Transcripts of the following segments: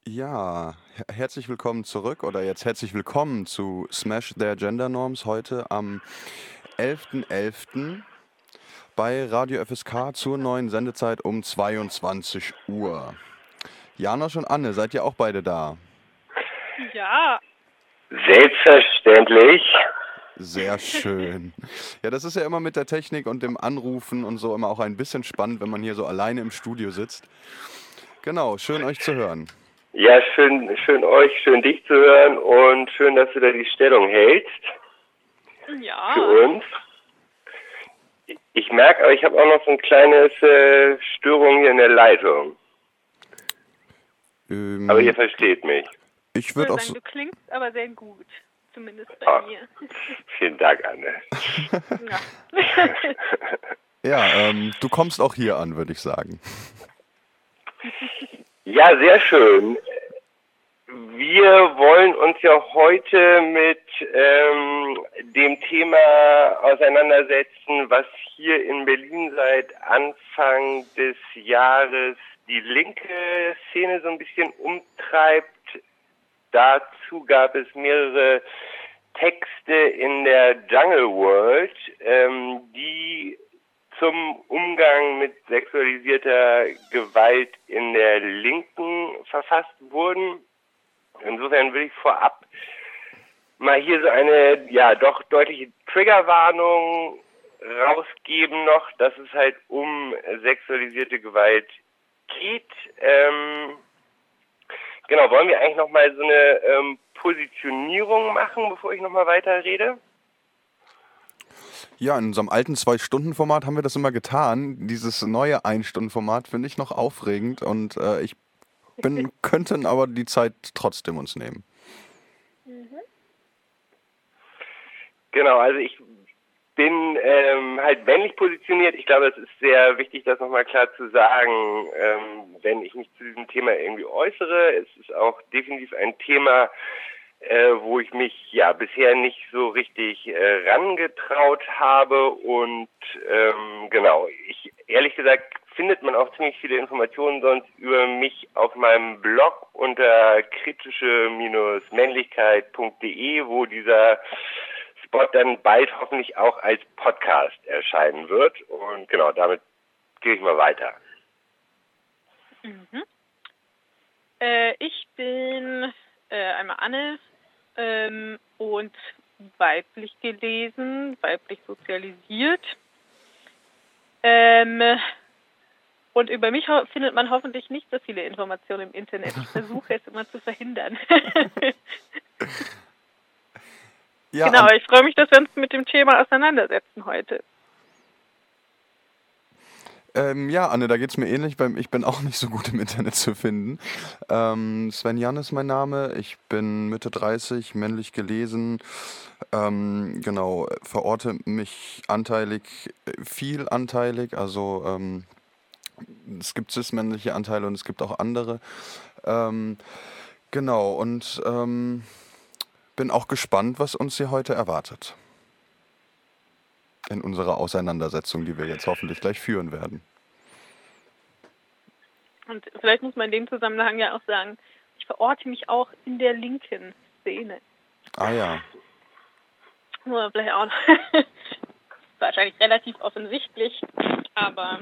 Ja, herzlich willkommen zurück oder jetzt herzlich willkommen zu Smash Their Gender Norms heute am 11.11. bei Radio FSK zur neuen Sendezeit um 22 Uhr. Janosch und Anne, seid ihr auch beide da? Ja. Selbstverständlich. Sehr schön. Ja, das ist ja immer mit der Technik und dem Anrufen und so immer auch ein bisschen spannend, wenn man hier so alleine im Studio sitzt. Genau, schön euch zu hören. Ja, schön euch, schön dich zu hören und schön, dass du da die Stellung hältst. Ja. Für uns. Ich merke, aber ich habe auch noch so ein kleines Störung hier in der Leitung. Aber ihr versteht mich. Ich würde auch sagen, du klingst aber sehr gut. Zumindest bei mir. Vielen Dank, Anne. Ja, du kommst auch hier an, würde ich sagen. Ja, sehr schön. Wir wollen uns ja heute mit dem Thema auseinandersetzen, was hier in Berlin seit Anfang des Jahres die linke Szene so ein bisschen umtreibt. Dazu gab es mehrere Texte in der Jungle World, die zum Umgang mit sexualisierter Gewalt in der Linken verfasst wurden. Insofern will ich vorab mal hier so eine, ja, doch deutliche Triggerwarnung rausgeben noch, dass es halt um sexualisierte Gewalt geht. Genau, wollen wir eigentlich nochmal so eine Positionierung machen, bevor ich nochmal weiterrede? Ja, in unserem alten 2-Stunden-Format haben wir das immer getan. Dieses neue 1-Stunden-Format finde ich noch aufregend und ich könnten aber die Zeit trotzdem uns nehmen. Genau, also ich bin halt männlich positioniert. Ich glaube, es ist sehr wichtig, das nochmal klar zu sagen, wenn ich mich zu diesem Thema irgendwie äußere. Es ist auch definitiv ein Thema, wo ich mich ja bisher nicht so richtig rangetraut habe und genau, ehrlich gesagt findet man auch ziemlich viele Informationen sonst über mich auf meinem Blog unter kritische-männlichkeit.de, wo dieser Spot dann bald hoffentlich auch als Podcast erscheinen wird. Und genau, damit gehe ich mal weiter. Ich bin einmal Anne und weiblich gelesen, weiblich sozialisiert. Und über mich findet man hoffentlich nicht so viele Informationen im Internet. Ich versuche es immer zu verhindern. Ja, genau, ich freue mich, dass wir uns mit dem Thema auseinandersetzen heute. Ja, Anne, da geht es mir ähnlich, weil ich bin auch nicht so gut im Internet zu finden. Sven Jan ist mein Name, ich bin Mitte 30, männlich gelesen, genau, verorte mich vielanteilig, also es gibt cis-männliche Anteile und es gibt auch andere. Genau, und bin auch gespannt, was uns hier heute erwartet. In unserer Auseinandersetzung, die wir jetzt hoffentlich gleich führen werden. Und vielleicht muss man in dem Zusammenhang ja auch sagen, ich verorte mich auch in der linken Szene. Ah ja. Nur vielleicht auch noch wahrscheinlich relativ offensichtlich, aber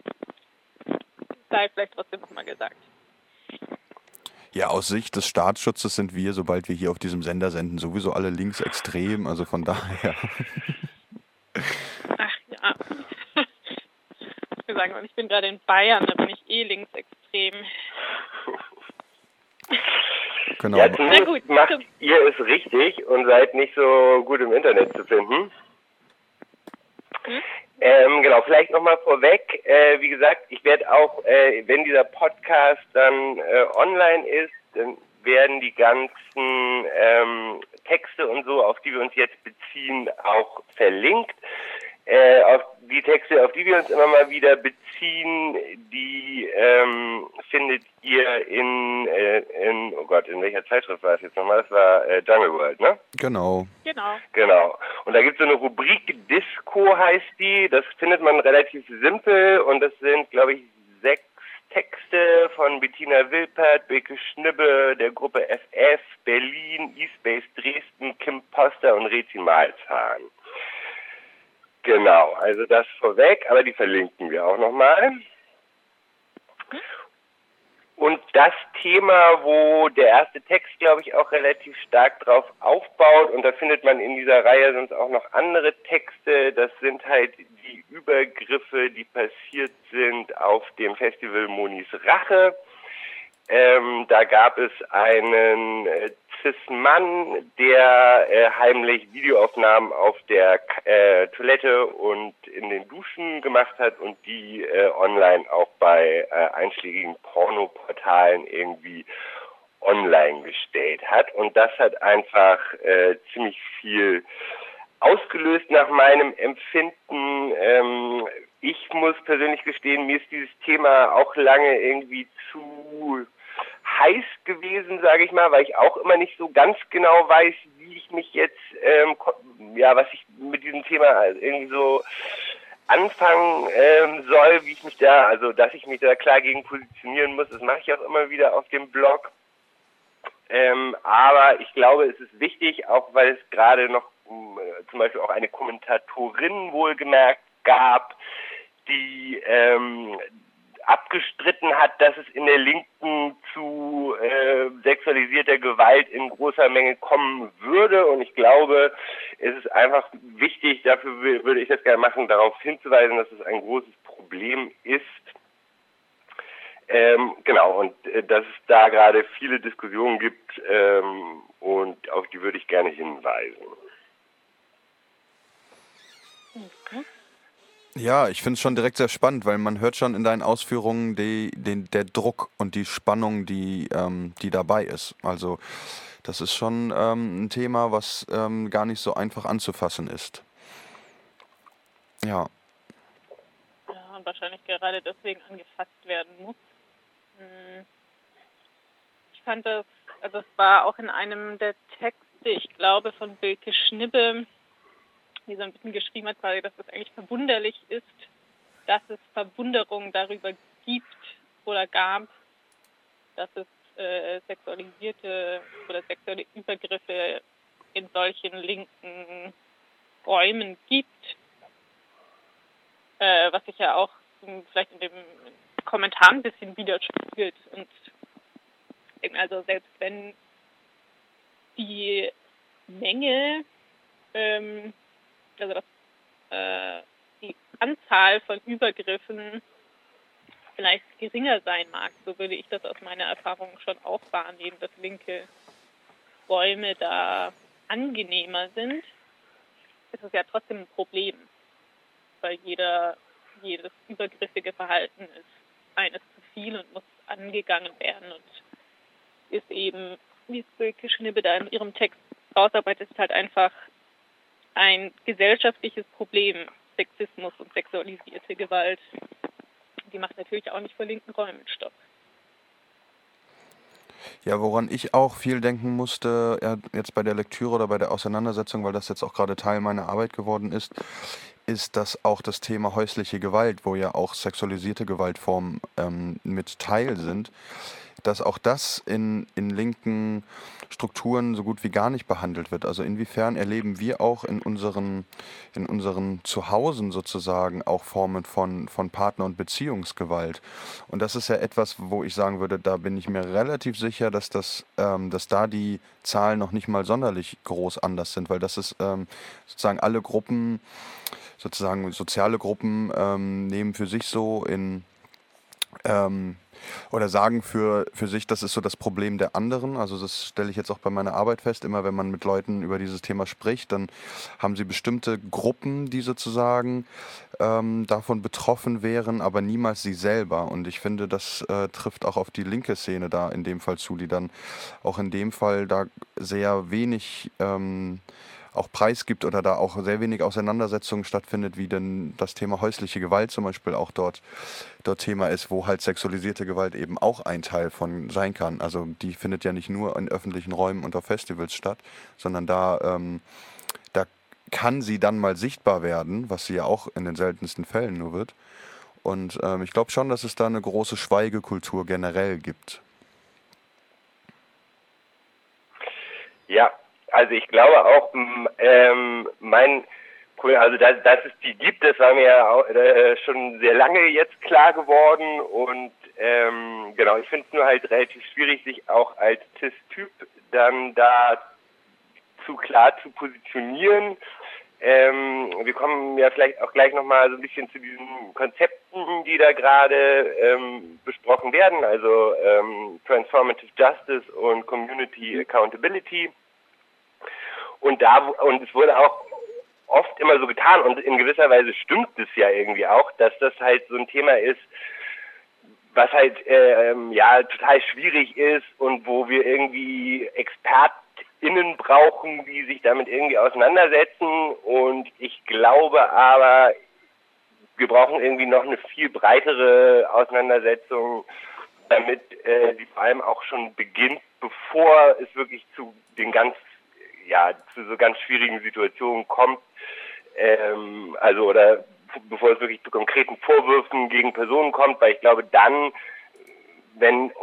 sei vielleicht trotzdem nochmal gesagt. Ja, aus Sicht des Staatsschutzes sind wir, sobald wir hier auf diesem Sender senden, sowieso alle linksextrem, also von daher. Ach ja. Wir sagen mal, ich bin gerade in Bayern, da bin ich linksextrem. Genau. Ja, zumindest macht ihr es richtig und seid nicht so gut im Internet zu finden. Genau, vielleicht nochmal vorweg, wie gesagt, ich werde auch, wenn dieser Podcast dann online ist, dann werden die ganzen Texte und so, auf die wir uns jetzt beziehen, auch verlinkt. Auf die Texte, auf die wir uns immer mal wieder beziehen, die findet ihr in welcher Zeitschrift war es jetzt nochmal? Das war Jungle World, ne? Genau. Und da gibt es so eine Rubrik, Disco heißt die, das findet man relativ simpel und das sind, glaube ich, 6 Texte von Bettina Wilpert, Beke Schnibbe, der Gruppe FF, Berlin, eSpace Dresden, Kim Poster und Rezi Malzahn. Genau, also das vorweg, aber die verlinken wir auch nochmal. Und das Thema, wo der erste Text, glaube ich, auch relativ stark drauf aufbaut, und da findet man in dieser Reihe sonst auch noch andere Texte, das sind halt die Übergriffe, die passiert sind auf dem Festival Monis Rache. Da gab es einen Cis-Mann, der heimlich Videoaufnahmen auf der Toilette und in den Duschen gemacht hat und die online auch bei einschlägigen Pornoportalen irgendwie online gestellt hat. Und das hat einfach ziemlich viel ausgelöst nach meinem Empfinden. Ich muss persönlich gestehen, mir ist dieses Thema auch lange irgendwie zu heiß gewesen, sage ich mal, weil ich auch immer nicht so ganz genau weiß, wie ich mich jetzt, was ich mit diesem Thema irgendwie so anfangen soll, wie ich mich da, also dass ich mich da klar gegen positionieren muss. Das mache ich auch immer wieder auf dem Blog. Aber ich glaube, es ist wichtig, auch weil es gerade noch zum Beispiel auch eine Kommentatorin wohlgemerkt gab, die abgestritten hat, dass es in der Linken zu sexualisierter Gewalt in großer Menge kommen würde. Und ich glaube, es ist einfach wichtig, dafür würde ich das gerne machen, darauf hinzuweisen, dass es ein großes Problem ist. Und dass es da gerade viele Diskussionen gibt und auf die würde ich gerne hinweisen. Ja, ich finde es schon direkt sehr spannend, weil man hört schon in deinen Ausführungen der Druck und die Spannung, die dabei ist. Also das ist schon ein Thema, was gar nicht so einfach anzufassen ist. Ja. Ja, und wahrscheinlich gerade deswegen angefasst werden muss. Ich fand das, also es war auch in einem der Texte, ich glaube von Beke Schnibbe, die so ein bisschen geschrieben hat, quasi, dass es eigentlich verwunderlich ist, dass es Verwunderung darüber gibt oder gab, dass es sexualisierte oder sexuelle Übergriffe in solchen linken Räumen gibt, was sich ja auch vielleicht in dem Kommentar ein bisschen widerspiegelt. Und also selbst wenn die Menge, also die Anzahl von Übergriffen vielleicht geringer sein mag, so würde ich das aus meiner Erfahrung schon auch wahrnehmen, dass linke Räume da angenehmer sind, ist es ja trotzdem ein Problem, weil jedes übergriffige Verhalten ist eines zu viel und muss angegangen werden und ist eben, wie es Beke Schnibbe da in ihrem Text rausarbeitet, ist halt einfach ein gesellschaftliches Problem, Sexismus und sexualisierte Gewalt. Die macht natürlich auch nicht vor linken Räumen Stopp. Ja, woran ich auch viel denken musste, jetzt bei der Lektüre oder bei der Auseinandersetzung, weil das jetzt auch gerade Teil meiner Arbeit geworden ist, dass auch das Thema häusliche Gewalt, wo ja auch sexualisierte Gewaltformen mit Teil sind, dass auch das in linken Strukturen so gut wie gar nicht behandelt wird. Also inwiefern erleben wir auch in unseren Zuhausen sozusagen auch Formen von Partner- und Beziehungsgewalt. Und das ist ja etwas, wo ich sagen würde, da bin ich mir relativ sicher, dass da die Zahlen noch nicht mal sonderlich groß anders sind, weil das ist sozusagen alle Gruppen, sozusagen soziale Gruppen nehmen für sich so oder sagen für sich, das ist so das Problem der anderen. Also das stelle ich jetzt auch bei meiner Arbeit fest. Immer wenn man mit Leuten über dieses Thema spricht, dann haben sie bestimmte Gruppen, die sozusagen davon betroffen wären, aber niemals sie selber. Und ich finde, das trifft auch auf die linke Szene da in dem Fall zu, die dann auch in dem Fall da sehr wenig auch preisgibt oder da auch sehr wenig Auseinandersetzungen stattfindet, wie denn das Thema häusliche Gewalt zum Beispiel auch dort Thema ist, wo halt sexualisierte Gewalt eben auch ein Teil von sein kann. Also die findet ja nicht nur in öffentlichen Räumen und auf Festivals statt, sondern da kann sie dann mal sichtbar werden, was sie ja auch in den seltensten Fällen nur wird. Und ich glaube schon, dass es da eine große Schweigekultur generell gibt. Ja, also ich glaube auch, also dass es die gibt, das war mir ja auch, schon sehr lange jetzt klar geworden und genau, ich finde es nur halt relativ schwierig, sich auch als Cis-Typ dann da zu klar zu positionieren. Wir kommen ja vielleicht auch gleich nochmal so ein bisschen zu diesen Konzepten, die da gerade besprochen werden, also Transformative Justice und Community Accountability. Und es wurde auch oft immer so getan und in gewisser Weise stimmt es ja irgendwie auch, dass das halt so ein Thema ist, was halt total schwierig ist und wo wir irgendwie ExpertInnen brauchen, die sich damit irgendwie auseinandersetzen. Und ich glaube aber, wir brauchen irgendwie noch eine viel breitere Auseinandersetzung, damit die vor allem auch schon beginnt, bevor es wirklich zu so ganz schwierigen Situationen kommt, bevor es wirklich zu konkreten Vorwürfen gegen Personen kommt, weil ich glaube dann, wenn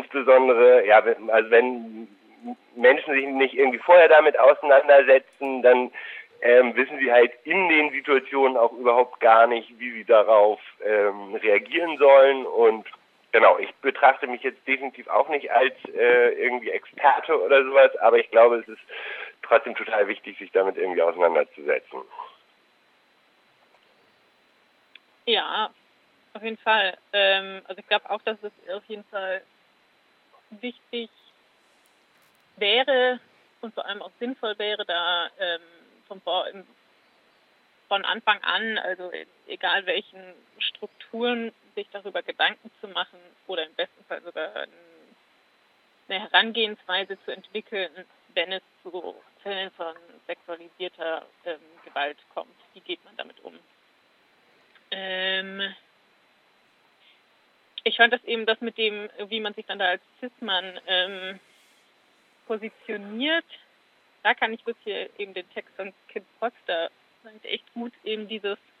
Menschen sich nicht irgendwie vorher damit auseinandersetzen, dann wissen sie halt in den Situationen auch überhaupt gar nicht, wie sie darauf reagieren sollen. Und genau, ich betrachte mich jetzt definitiv auch nicht als irgendwie Experte oder sowas, aber ich glaube, es ist trotzdem total wichtig, sich damit irgendwie auseinanderzusetzen. Ja, auf jeden Fall. Also ich glaube auch, dass es auf jeden Fall wichtig wäre und vor allem auch sinnvoll wäre, da von Anfang an, also egal welchen Strukturen, sich darüber Gedanken zu machen oder im besten Fall sogar eine Herangehensweise zu entwickeln, wenn es zu Fällen von sexualisierter Gewalt kommt. Wie geht man damit um? Ich fand das mit dem, wie man sich dann da als Cis-Mann positioniert, da kann ich wirklich eben den Text von Kim Foster echt gut, eben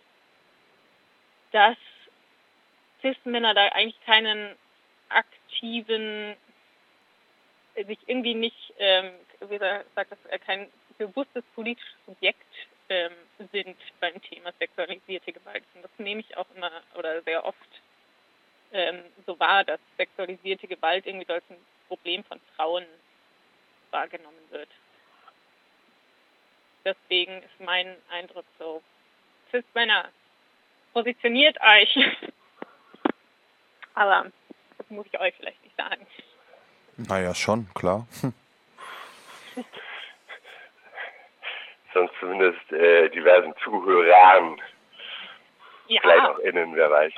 dass Cis-Männer da eigentlich keinen aktiven, sich irgendwie nicht, kein bewusstes politisches Subjekt sind beim Thema sexualisierte Gewalt. Und das nehme ich auch immer oder sehr oft so wahr, dass sexualisierte Gewalt irgendwie als ein Problem von Frauen wahrgenommen wird. Deswegen ist mein Eindruck so, Cis-Männer, positioniert euch. Aber das muss ich euch vielleicht nicht sagen. Naja, schon, klar. Sonst zumindest diversen Zuhörern, vielleicht auch innen, wer weiß.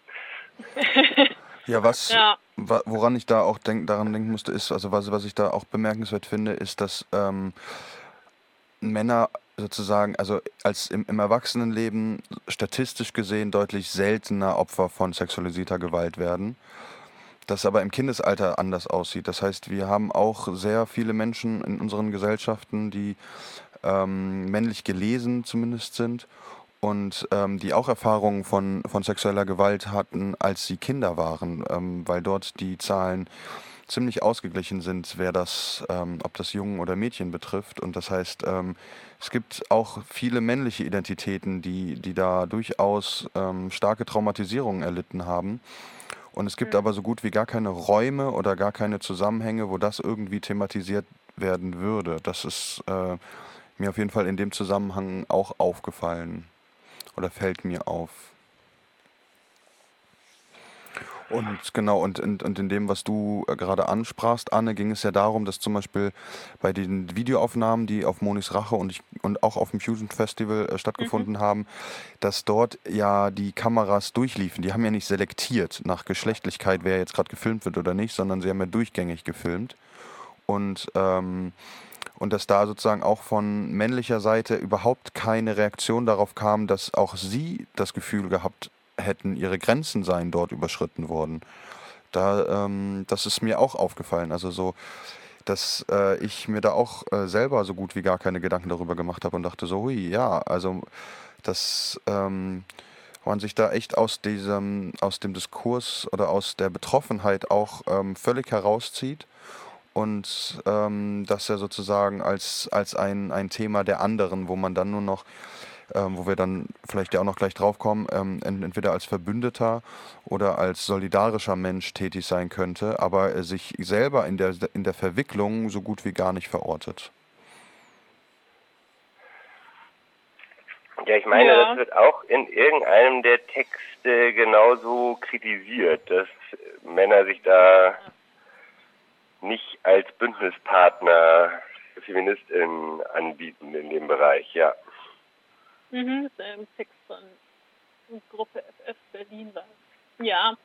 Ja, woran ich da auch daran denken musste, ist, also was ich da auch bemerkenswert finde, ist, dass Männer sozusagen, also als im Erwachsenenleben statistisch gesehen deutlich seltener Opfer von sexualisierter Gewalt werden, das aber im Kindesalter anders aussieht. Das heißt, wir haben auch sehr viele Menschen in unseren Gesellschaften, die männlich gelesen zumindest sind und die auch Erfahrungen von sexueller Gewalt hatten, als sie Kinder waren, weil dort die Zahlen ziemlich ausgeglichen sind, ob das Jungen oder Mädchen betrifft. Und das heißt, es gibt auch viele männliche Identitäten, die da durchaus starke Traumatisierungen erlitten haben. Und es gibt aber so gut wie gar keine Räume oder gar keine Zusammenhänge, wo das irgendwie thematisiert werden würde. Das ist mir auf jeden Fall in dem Zusammenhang auch aufgefallen oder fällt mir auf. Und genau, und in dem, was du gerade ansprachst, Anne, ging es ja darum, dass zum Beispiel bei den Videoaufnahmen, die auf Monis Rache und auch auf dem Fusion Festival stattgefunden haben, dass dort ja die Kameras durchliefen. Die haben ja nicht selektiert nach Geschlechtlichkeit, wer jetzt gerade gefilmt wird oder nicht, sondern sie haben ja durchgängig gefilmt. Und dass da sozusagen auch von männlicher Seite überhaupt keine Reaktion darauf kam, dass auch sie das Gefühl gehabt hätten, ihre Grenzen seien dort überschritten worden. Das ist mir auch aufgefallen. Also so, dass ich mir da auch selber so gut wie gar keine Gedanken darüber gemacht habe und dachte so, hui, ja, also das man sich da echt aus dem Diskurs oder aus der Betroffenheit auch völlig herauszieht und dass er sozusagen als ein Thema der anderen, wo man dann nur noch, wo wir dann vielleicht ja auch noch gleich drauf kommen, entweder als Verbündeter oder als solidarischer Mensch tätig sein könnte, aber er sich selber in der Verwicklung so gut wie gar nicht verortet. Ja, ich meine, das wird auch in irgendeinem der Texte genauso kritisiert, dass Männer sich da nicht als Bündnispartner für FeministInnen anbieten in dem Bereich, ja. Das ist ein Text von Gruppe FF Berlin war. Ja,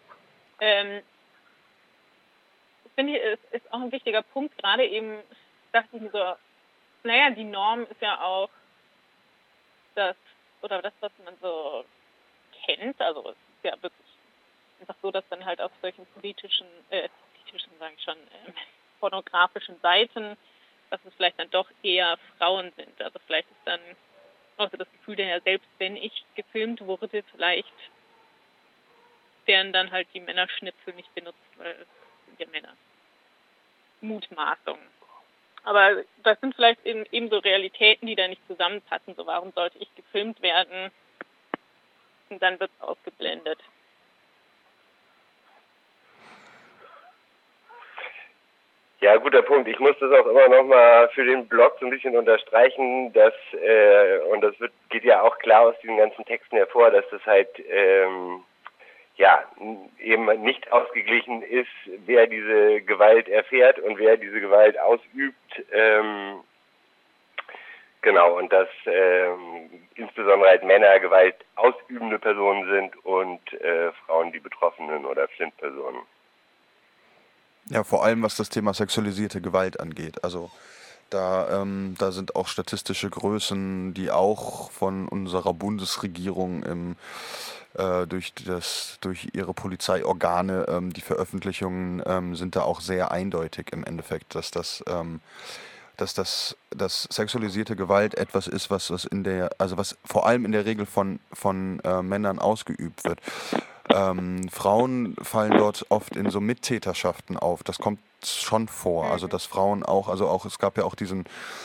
finde ich, ist auch ein wichtiger Punkt. Gerade eben dachte ich mir so, naja, die Norm ist ja auch das, was man so kennt. Also es ist ja wirklich einfach so, dass dann halt auf solchen sage ich schon, pornografischen Seiten, dass es vielleicht dann doch eher Frauen sind. Also vielleicht ist dann auch so das Gefühl, ja, selbst wenn ich gefilmt wurde, vielleicht werden dann halt die Männerschnipsel nicht benutzt, weil es sind ja Männer. Mutmaßungen. Aber das sind vielleicht eben so Realitäten, die da nicht zusammenpassen. So, warum sollte ich gefilmt werden? Und dann wird es ausgeblendet. Ja, guter Punkt. Ich muss das auch immer noch mal für den Blog so ein bisschen unterstreichen, dass, und das geht ja auch klar aus diesen ganzen Texten hervor, dass das halt, eben nicht ausgeglichen ist, wer diese Gewalt erfährt und wer diese Gewalt ausübt. Genau, und dass insbesondere halt Männer Gewalt ausübende Personen sind und Frauen die Betroffenen oder Flint-Personen. Ja, vor allem was das Thema sexualisierte Gewalt angeht. Also da sind auch statistische Größen, die auch von unserer Bundesregierung durch ihre Polizeiorgane, die Veröffentlichungen sind da auch sehr eindeutig im Endeffekt, dass sexualisierte Gewalt etwas ist, was vor allem in der Regel von Männern ausgeübt wird. Frauen fallen dort oft in so Mittäterschaften auf. Das kommt schon vor. Also dass Frauen es gab ja auch diese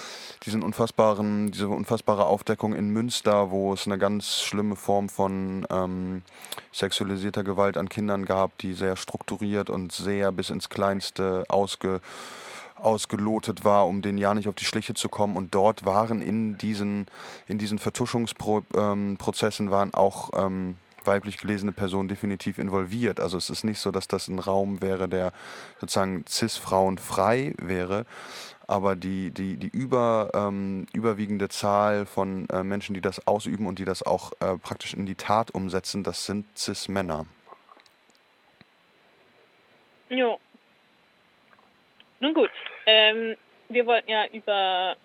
unfassbare Aufdeckung in Münster, wo es eine ganz schlimme Form von sexualisierter Gewalt an Kindern gab, die sehr strukturiert und sehr bis ins Kleinste ausgelotet war, um denen ja nicht auf die Schliche zu kommen. Und dort waren in diesen Vertuschungsprozessen waren auch weiblich gelesene Personen definitiv involviert. Also es ist nicht so, dass das ein Raum wäre, der sozusagen cis-Frauen frei wäre, aber die überwiegende Zahl von Menschen, die das ausüben und die das auch praktisch in die Tat umsetzen, das sind cis-Männer. Jo. Nun gut, wir wollten ja über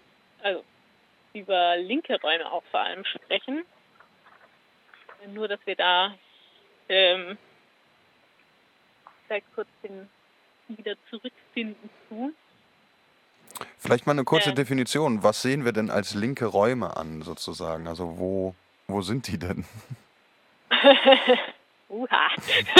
linke Räume auch vor allem sprechen. Nur, dass wir da kurz wieder zurückfinden zu. Vielleicht mal eine kurze Definition. Was sehen wir denn als linke Räume an, sozusagen? Also wo sind die denn? Uha.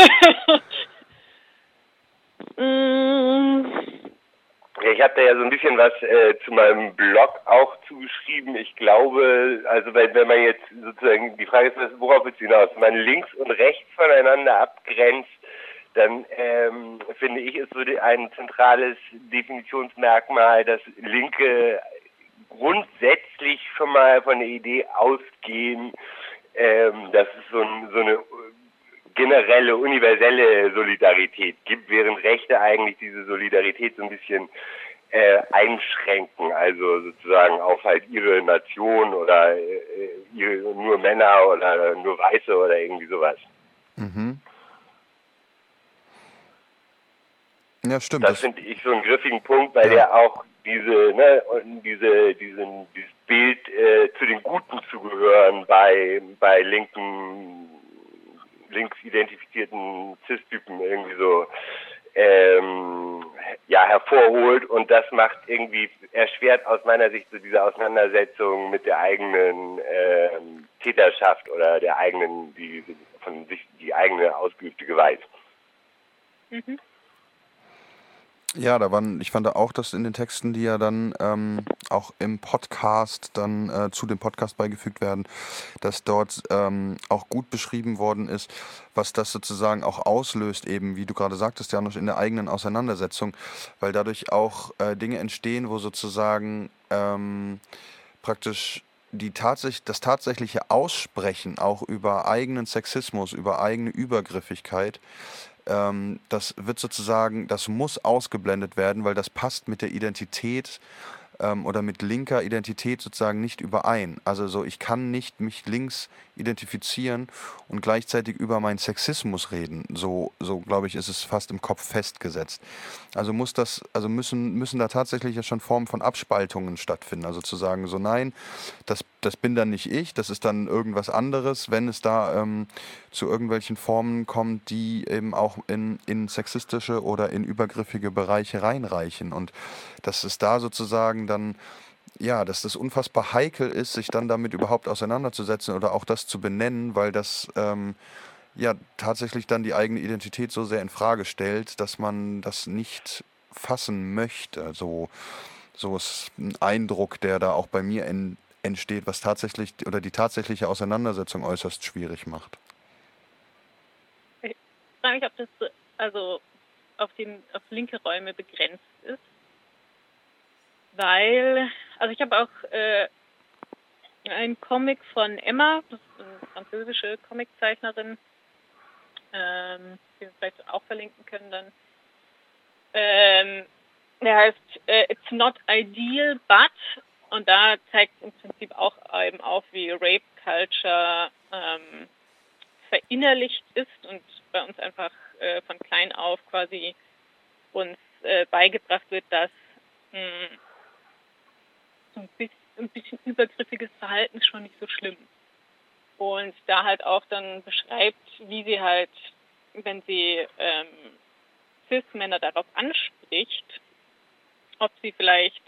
Ich habe da ja so ein bisschen was zu meinem Blog auch zugeschrieben. Ich glaube, also wenn man jetzt sozusagen, die Frage ist, worauf willst du hinaus? Wenn man links und rechts voneinander abgrenzt, dann finde ich, ist so ein zentrales Definitionsmerkmal, dass Linke grundsätzlich schon mal von der Idee ausgehen, dass es so eine generelle, universelle Solidarität gibt, während Rechte eigentlich diese Solidarität so ein bisschen einschränken, also sozusagen auf halt ihre Nation oder nur Männer oder nur Weiße oder irgendwie sowas. Mhm. Ja, stimmt. Das finde ich so einen griffigen Punkt, weil der auch dieses Bild zu den Guten zu gehören bei links identifizierten Cis-Typen irgendwie so hervorholt, und das macht irgendwie erschwert aus meiner Sicht so diese Auseinandersetzung mit der eigenen Täterschaft oder von sich die eigene ausgeübte Gewalt. Mhm. Ja, ich fand auch, dass in den Texten, die ja dann auch im Podcast dann zu dem Podcast beigefügt werden, dass dort auch gut beschrieben worden ist, was das sozusagen auch auslöst, eben, wie du gerade sagtest, Janusz, in der eigenen Auseinandersetzung, weil dadurch auch Dinge entstehen, wo sozusagen praktisch das tatsächliche Aussprechen auch über eigenen Sexismus, über eigene Übergriffigkeit, das wird sozusagen, das muss ausgeblendet werden, weil das passt mit der Identität oder mit linker Identität sozusagen nicht überein. Also so, ich kann nicht mich links identifizieren und gleichzeitig über meinen Sexismus reden. So glaube ich, ist es fast im Kopf festgesetzt. Also müssen da tatsächlich ja schon Formen von Abspaltungen stattfinden. Also zu sagen, so nein, das bin dann nicht ich, das ist dann irgendwas anderes, wenn es da zu irgendwelchen Formen kommt, die eben auch in sexistische oder in übergriffige Bereiche reinreichen. Und dass es da sozusagen dann, ja, dass das unfassbar heikel ist, sich dann damit überhaupt auseinanderzusetzen oder auch das zu benennen, weil das ja tatsächlich dann die eigene Identität so sehr in Frage stellt, dass man das nicht fassen möchte. So ist ein Eindruck, der da auch bei mir entsteht, was tatsächlich oder die tatsächliche Auseinandersetzung äußerst schwierig macht. Ich frage mich, ob das also auf linke Räume begrenzt ist, weil, also ich habe auch einen Comic von Emma, das ist eine französische Comiczeichnerin, den wir vielleicht auch verlinken können dann. Der heißt It's Not Ideal, But, und da zeigt im Prinzip auch eben auf, wie Rape Culture verinnerlicht ist und bei uns einfach von klein auf quasi uns beigebracht wird, dass so ein bisschen übergriffiges Verhalten ist schon nicht so schlimm. Und da halt auch dann beschreibt, wie sie halt, wenn sie Cis-Männer darauf anspricht, ob sie vielleicht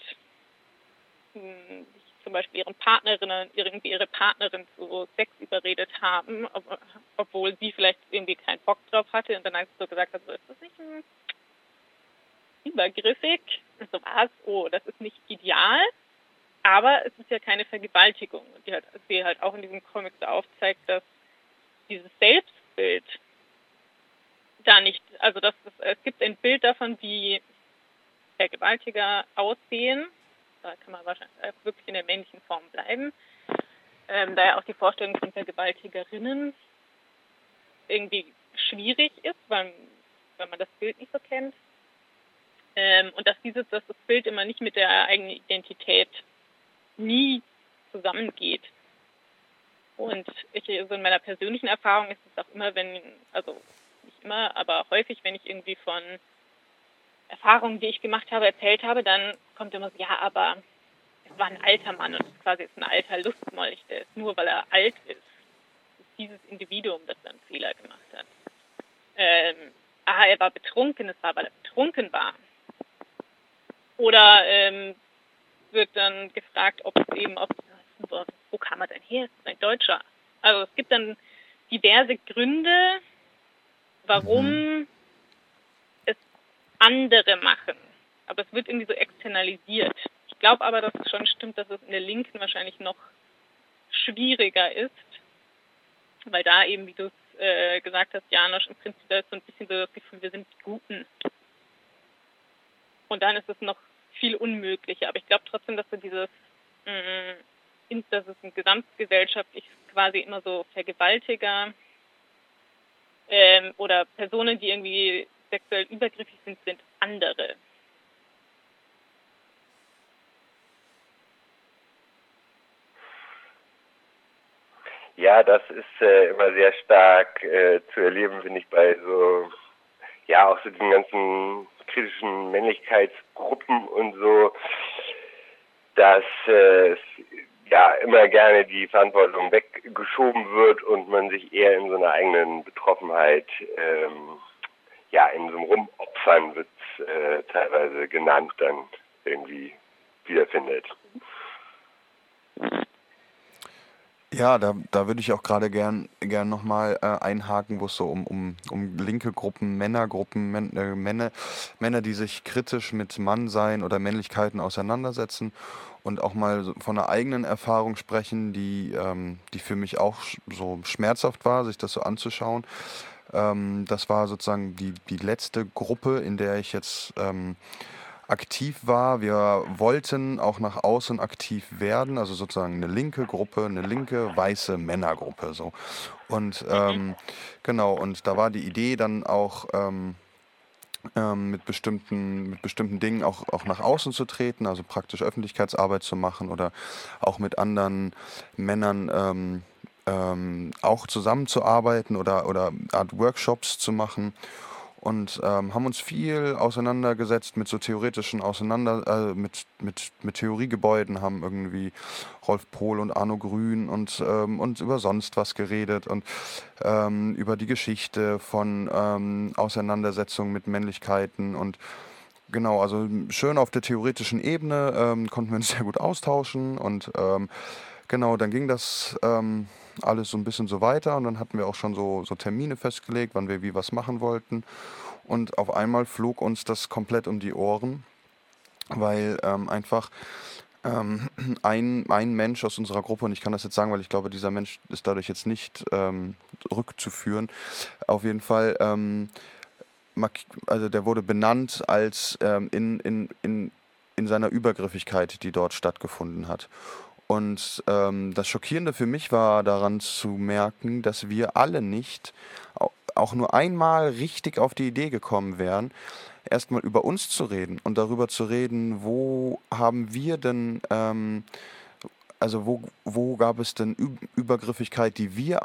zum Beispiel ihre Partnerin zu Sex überredet haben, obwohl sie vielleicht irgendwie keinen Bock drauf hatte und dann einfach so gesagt hat, so, ist das nicht übergriffig? Und so was, oh, das ist nicht ideal, aber es ist ja keine Vergewaltigung. Und sie halt auch in diesem Comic so aufzeigt, dass dieses Selbstbild da nicht, also es gibt ein Bild davon, wie Vergewaltiger aussehen. Da kann man wahrscheinlich wirklich in der männlichen Form bleiben. Da ja auch die Vorstellung von Vergewaltigerinnen irgendwie schwierig ist, weil man das Bild nicht so kennt. Und dass das Bild immer nicht mit der eigenen Identität nie zusammengeht. Und so in meiner persönlichen Erfahrung ist es auch immer, also nicht immer, aber häufig, wenn ich irgendwie von Erfahrungen, die ich gemacht habe, erzählt habe, dann kommt immer so, ja, aber es war ein alter Mann und es quasi ist ein alter Lustmolch, der ist nur, weil er alt ist. Es ist dieses Individuum, das einen Fehler gemacht hat. Er war betrunken, es war, weil er betrunken war. Oder wird dann gefragt, wo kam er denn her? Ist ein Deutscher. Also es gibt dann diverse Gründe, warum es andere machen. Aber es wird irgendwie so externalisiert. Ich glaube aber, dass es schon stimmt, dass es in der Linken wahrscheinlich noch schwieriger ist, weil da eben, wie du es gesagt hast, Janusz, im Prinzip da ist so ein bisschen so das Gefühl, wir sind die Guten. Und dann ist es noch viel unmöglicher. Aber ich glaube trotzdem, dass so dass es ein gesamtgesellschaftlich quasi immer so Vergewaltiger oder Personen, die irgendwie sexuell übergriffig sind andere. Ja, das ist immer sehr stark zu erleben, finde ich, bei auch so diesen ganzen kritischen Männlichkeitsgruppen und so, dass immer gerne die Verantwortung weggeschoben wird und man sich eher in so einer eigenen Betroffenheit, in so einem Rumopfern wird teilweise genannt, dann irgendwie wiederfindet. Ja, da würde ich auch gerade gern nochmal einhaken, wo es so um linke Gruppen, Männergruppen, Männer, die sich kritisch mit Mannsein oder Männlichkeiten auseinandersetzen und auch mal so von einer eigenen Erfahrung sprechen, die für mich auch so schmerzhaft war, sich das so anzuschauen. Das war sozusagen die letzte Gruppe, in der ich jetzt aktiv war. Wir wollten auch nach außen aktiv werden, also sozusagen eine linke Gruppe, eine linke weiße Männergruppe so. Und Mhm. genau, und da war die Idee dann auch mit bestimmten Dingen auch nach außen zu treten, also praktisch Öffentlichkeitsarbeit zu machen oder auch mit anderen Männern auch zusammenzuarbeiten oder Art Workshops zu machen und haben uns viel auseinandergesetzt mit so mit Theoriegebäuden, haben irgendwie Rolf Pohl und Arno Grün und über sonst was geredet und über die Geschichte von Auseinandersetzungen mit Männlichkeiten und genau, also schön auf der theoretischen Ebene konnten wir uns sehr gut austauschen und genau, dann ging das alles so ein bisschen so weiter und dann hatten wir auch schon so Termine festgelegt, wann wir wie was machen wollten. Und auf einmal flog uns das komplett um die Ohren, weil einfach ein Mensch aus unserer Gruppe, und ich kann das jetzt sagen, weil ich glaube, dieser Mensch ist dadurch jetzt nicht rückzuführen, auf jeden Fall, also der wurde benannt als in seiner Übergriffigkeit, die dort stattgefunden hat. Und das Schockierende für mich war daran zu merken, dass wir alle nicht auch nur einmal richtig auf die Idee gekommen wären, erstmal über uns zu reden und darüber zu reden, wo haben wir denn, also wo gab es denn Übergriffigkeit,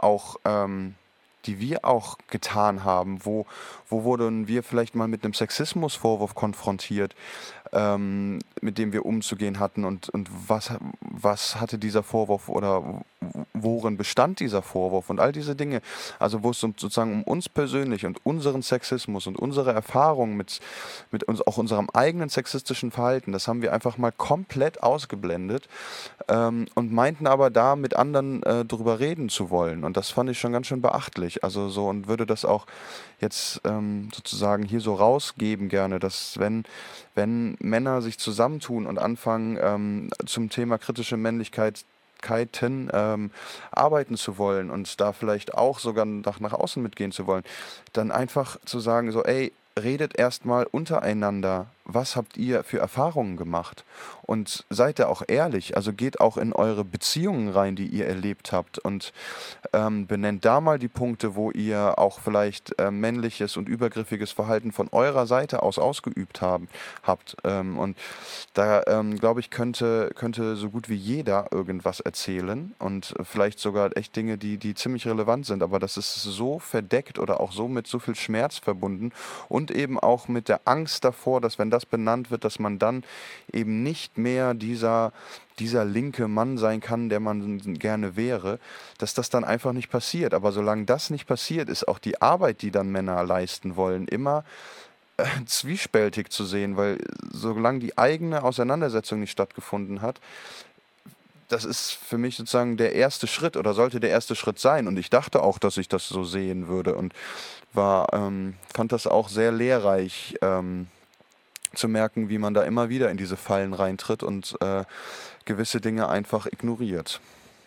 die wir auch getan haben? Wo wurden wir vielleicht mal mit einem Sexismusvorwurf konfrontiert, mit dem wir umzugehen hatten und was hatte dieser Vorwurf oder worin bestand dieser Vorwurf und all diese Dinge, also wo es sozusagen um uns persönlich und unseren Sexismus und unsere Erfahrung mit uns, auch unserem eigenen sexistischen Verhalten, das haben wir einfach mal komplett ausgeblendet und meinten aber da mit anderen drüber reden zu wollen. Und das fand ich schon ganz schön beachtlich. Also so und würde das auch jetzt sozusagen hier so rausgeben gerne, dass wenn Männer sich zusammentun und anfangen zum Thema kritische Männlichkeit arbeiten zu wollen und da vielleicht auch sogar nach außen mitgehen zu wollen, dann einfach zu sagen, so, ey, redet erstmal untereinander, was habt ihr für Erfahrungen gemacht? Und seid da auch ehrlich, also geht auch in eure Beziehungen rein, die ihr erlebt habt und benennt da mal die Punkte, wo ihr auch vielleicht männliches und übergriffiges Verhalten von eurer Seite aus ausgeübt habt. Und da, glaube ich, könnte so gut wie jeder irgendwas erzählen und vielleicht sogar echt Dinge, die ziemlich relevant sind. Aber das ist so verdeckt oder auch so mit so viel Schmerz verbunden und eben auch mit der Angst davor, dass wenn das benannt wird, dass man dann eben nicht mehr dieser linke Mann sein kann, der man gerne wäre, dass das dann einfach nicht passiert. Aber solange das nicht passiert, ist auch die Arbeit, die dann Männer leisten wollen, immer zwiespältig zu sehen, weil solange die eigene Auseinandersetzung nicht stattgefunden hat, das ist für mich sozusagen der erste Schritt oder sollte der erste Schritt sein. Und ich dachte auch, dass ich das so sehen würde und fand das auch sehr lehrreich, zu merken, wie man da immer wieder in diese Fallen reintritt und gewisse Dinge einfach ignoriert.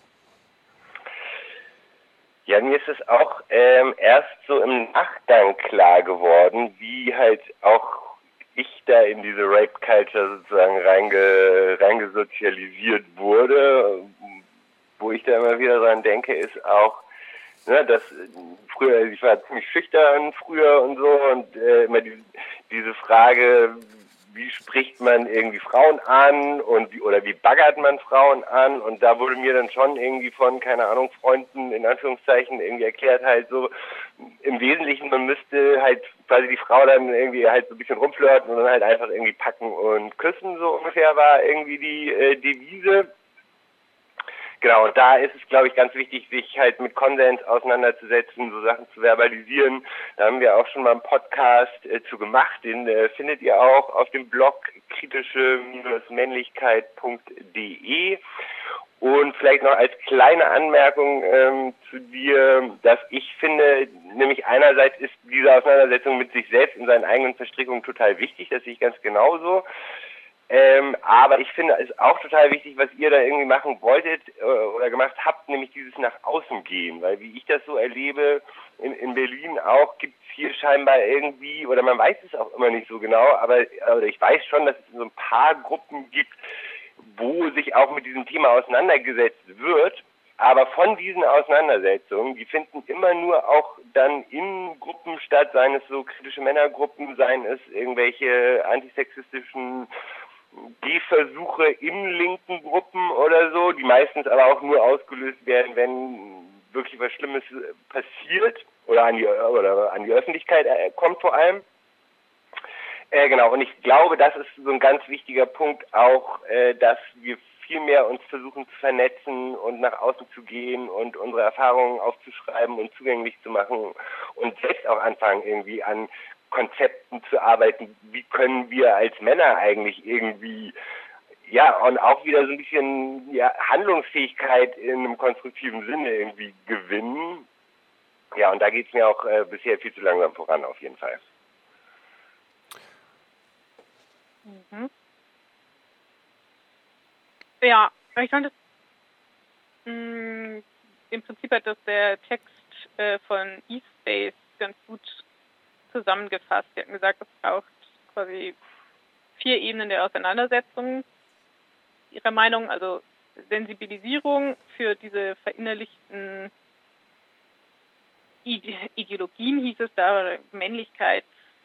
Ja, mir ist es auch erst so im Nachgang klar geworden, wie halt auch ich da in diese Rape Culture sozusagen reingesozialisiert wurde. Wo ich da immer wieder dran denke, ist auch, ne, dass früher, also ich war ziemlich schüchtern früher und so und immer diese Frage, wie spricht man irgendwie Frauen an und wie baggert man Frauen an, und da wurde mir dann schon irgendwie von, keine Ahnung, Freunden in Anführungszeichen irgendwie erklärt halt so, im Wesentlichen, man müsste halt quasi die Frau dann irgendwie halt so ein bisschen rumflirten und dann halt einfach irgendwie packen und küssen, so ungefähr war irgendwie die Devise. Genau, und da ist es, glaube ich, ganz wichtig, sich halt mit Konsens auseinanderzusetzen, so Sachen zu verbalisieren. Da haben wir auch schon mal einen Podcast zu gemacht, den findet ihr auch auf dem Blog kritische-männlichkeit.de. Und vielleicht noch als kleine Anmerkung zu dir, dass ich finde, nämlich einerseits ist diese Auseinandersetzung mit sich selbst und seinen eigenen Verstrickungen total wichtig, das sehe ich ganz genauso. Aber ich finde es auch total wichtig, was ihr da irgendwie machen wolltet oder gemacht habt, nämlich dieses nach außen gehen. Weil wie ich das so erlebe, in Berlin auch, gibt es hier scheinbar irgendwie, oder man weiß es auch immer nicht so genau, aber ich weiß schon, dass es so ein paar Gruppen gibt, wo sich auch mit diesem Thema auseinandergesetzt wird. Aber von diesen Auseinandersetzungen, die finden immer nur auch dann in Gruppen statt, seien es so kritische Männergruppen, seien es irgendwelche antisexistischen Gehversuche in linken Gruppen oder so, die meistens aber auch nur ausgelöst werden, wenn wirklich was Schlimmes passiert oder an die Öffentlichkeit kommt vor allem. Genau, und ich glaube, das ist so ein ganz wichtiger Punkt auch, dass wir viel mehr uns versuchen zu vernetzen und nach außen zu gehen und unsere Erfahrungen aufzuschreiben und zugänglich zu machen und selbst auch anfangen, irgendwie an Konzepten zu arbeiten. Wie können wir als Männer eigentlich irgendwie, ja, und auch wieder so ein bisschen Handlungsfähigkeit in einem konstruktiven Sinne irgendwie gewinnen. Ja, und da geht es mir auch bisher viel zu langsam voran, auf jeden Fall. Mhm. Ja, ich fand es im Prinzip hat das der Text von eSpace ganz gut zusammengefasst. Sie hatten gesagt, es braucht quasi 4 Ebenen der Auseinandersetzung. Ihrer Meinung, also Sensibilisierung für diese verinnerlichten Ideologien, hieß es da, Männlichkeit,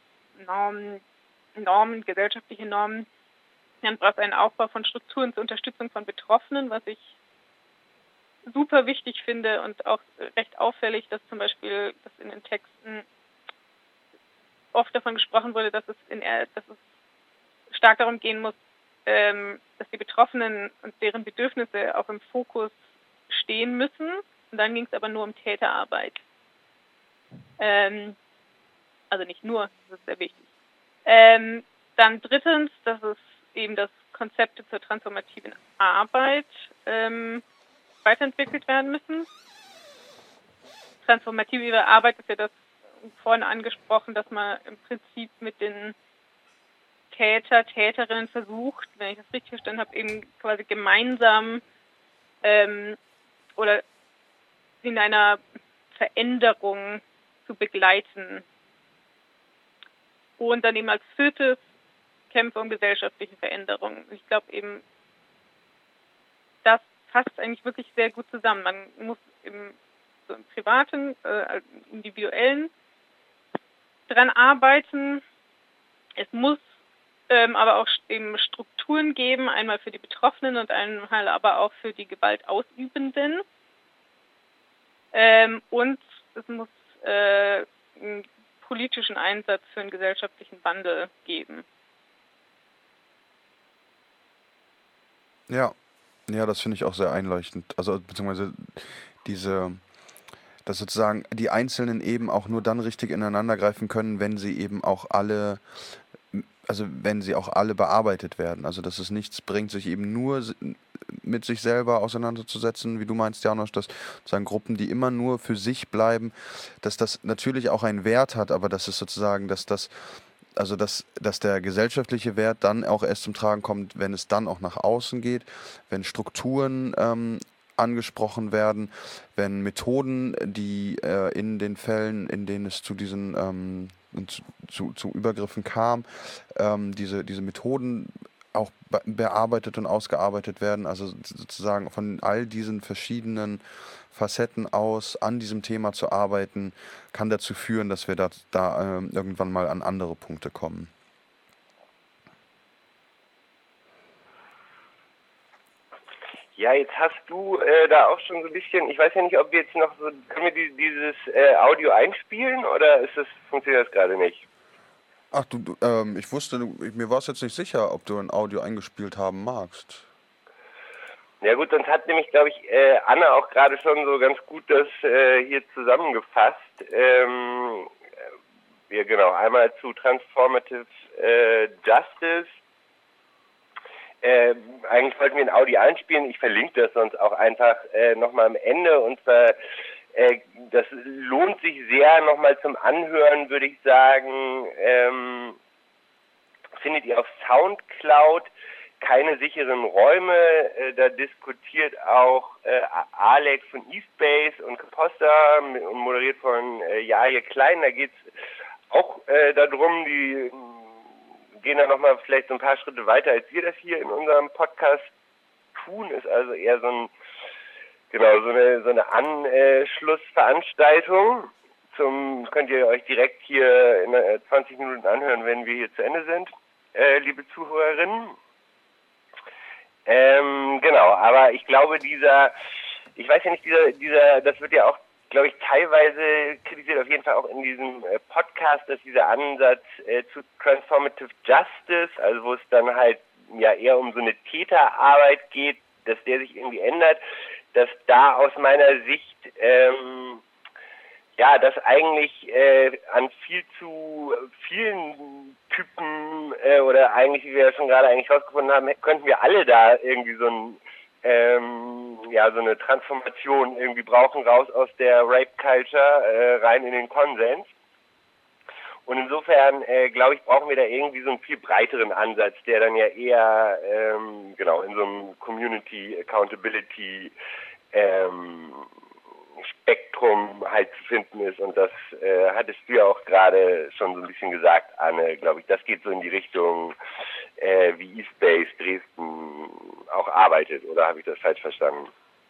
Normen, gesellschaftliche Normen. Dann braucht es einen Aufbau von Strukturen zur Unterstützung von Betroffenen, was ich super wichtig finde und auch recht auffällig, dass zum Beispiel dass in den Texten oft davon gesprochen wurde, dass es stark darum gehen muss, dass die Betroffenen und deren Bedürfnisse auch im Fokus stehen müssen. Und dann ging es aber nur um Täterarbeit. Also nicht nur, das ist sehr wichtig. Dann drittens, dass es eben das Konzepte zur transformativen Arbeit weiterentwickelt werden müssen. Transformative Arbeit ist ja das vorhin angesprochen, dass man im Prinzip mit den Täterinnen versucht, wenn ich das richtig verstanden habe, eben quasi gemeinsam oder in einer Veränderung zu begleiten. Und dann eben als viertes Kämpfe um gesellschaftliche Veränderungen. Ich glaube eben, das passt eigentlich wirklich sehr gut zusammen. Man muss im privaten, individuellen dran arbeiten. Es muss aber auch eben Strukturen geben, einmal für die Betroffenen und einmal aber auch für die Gewaltausübenden. Und es muss einen politischen Einsatz für einen gesellschaftlichen Wandel geben. Ja, das finde ich auch sehr einleuchtend. Also beziehungsweise dass sozusagen die Einzelnen eben auch nur dann richtig ineinander greifen können, wenn sie eben auch alle, also wenn sie auch alle bearbeitet werden. Also dass es nichts bringt, sich eben nur mit sich selber auseinanderzusetzen, wie du meinst, Janosch, dass sozusagen Gruppen, die immer nur für sich bleiben, dass das natürlich auch einen Wert hat, aber dass es sozusagen, dass der gesellschaftliche Wert dann auch erst zum Tragen kommt, wenn es dann auch nach außen geht, wenn Strukturen angesprochen werden, wenn Methoden, die in den Fällen, in denen es zu diesen zu Übergriffen kam, diese Methoden auch bearbeitet und ausgearbeitet werden, also sozusagen von all diesen verschiedenen Facetten aus an diesem Thema zu arbeiten, kann dazu führen, dass wir da irgendwann mal an andere Punkte kommen. Ja, jetzt hast du da auch schon so ein bisschen, ich weiß ja nicht, ob wir jetzt noch so, können wir dieses Audio einspielen oder funktioniert das gerade nicht? Ach ich wusste, mir war es jetzt nicht sicher, ob du ein Audio eingespielt haben magst. Ja gut, sonst hat nämlich, glaube ich, Anna auch gerade schon so ganz gut das hier zusammengefasst. Ja genau, einmal zu Transformative Justice. eigentlich wollten wir ein Audio einspielen. Ich verlinke das sonst auch einfach nochmal am Ende. Und zwar, das lohnt sich sehr nochmal zum Anhören, würde ich sagen. Findet ihr auf Soundcloud, keine sicheren Räume. Da diskutiert auch Alex von eSpace und Composter und moderiert von Jaje Klein. Da geht es auch darum, die gehen da nochmal vielleicht so ein paar Schritte weiter, als wir das hier in unserem Podcast tun. Ist also eher so eine Anschlussveranstaltung. Könnt ihr euch direkt hier in 20 Minuten anhören, wenn wir hier zu Ende sind, liebe Zuhörerinnen. Genau, aber ich glaube, ich weiß ja nicht, das wird ja auch, glaube ich, teilweise kritisiert, auf jeden Fall auch in diesem Podcast, dass dieser Ansatz zu Transformative Justice, also wo es dann halt ja eher um so eine Täterarbeit geht, dass der sich irgendwie ändert, dass da aus meiner Sicht das eigentlich an viel zu vielen Typen oder eigentlich, wie wir ja schon gerade eigentlich rausgefunden haben, könnten wir alle da irgendwie so eine Transformation irgendwie brauchen, raus aus der Rape Culture rein in den Konsens. Und insofern, glaube ich, brauchen wir da irgendwie so einen viel breiteren Ansatz, der dann ja eher in so einem Community Accountability Spektrum halt zu finden ist. Und das hattest du ja auch gerade schon so ein bisschen gesagt, Anne, glaube ich. Das geht so in die Richtung, wie eSpace Dresden auch arbeitet. Oder habe ich das falsch verstanden?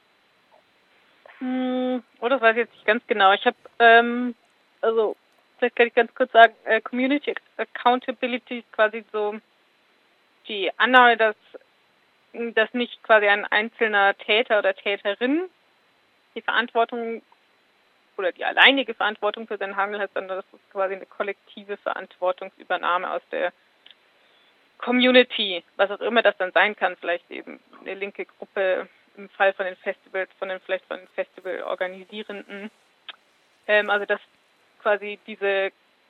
Das weiß ich jetzt nicht ganz genau. Ich habe, vielleicht kann ich ganz kurz sagen, Community Accountability ist quasi so die Annahme, dass nicht quasi ein einzelner Täter oder Täterin die Verantwortung oder die alleinige Verantwortung für sein Handeln hat, sondern das ist quasi eine kollektive Verantwortungsübernahme aus der Community, was auch immer das dann sein kann, vielleicht eben eine linke Gruppe im Fall von den Festivals, von den Festival-Organisierenden. Also dass quasi diese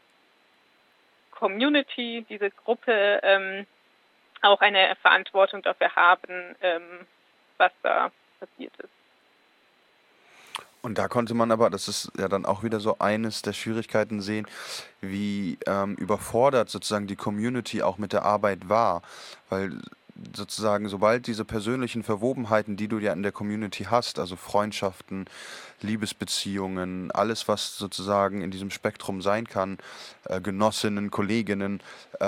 Community, diese Gruppe auch eine Verantwortung dafür haben, was da passiert ist. Und da konnte man aber, das ist ja dann auch wieder so eines der Schwierigkeiten sehen, wie überfordert sozusagen die Community auch mit der Arbeit war. Weil sozusagen, sobald diese persönlichen Verwobenheiten, die du ja in der Community hast, also Freundschaften, Liebesbeziehungen, alles, was sozusagen in diesem Spektrum sein kann, Genossinnen, Kolleginnen,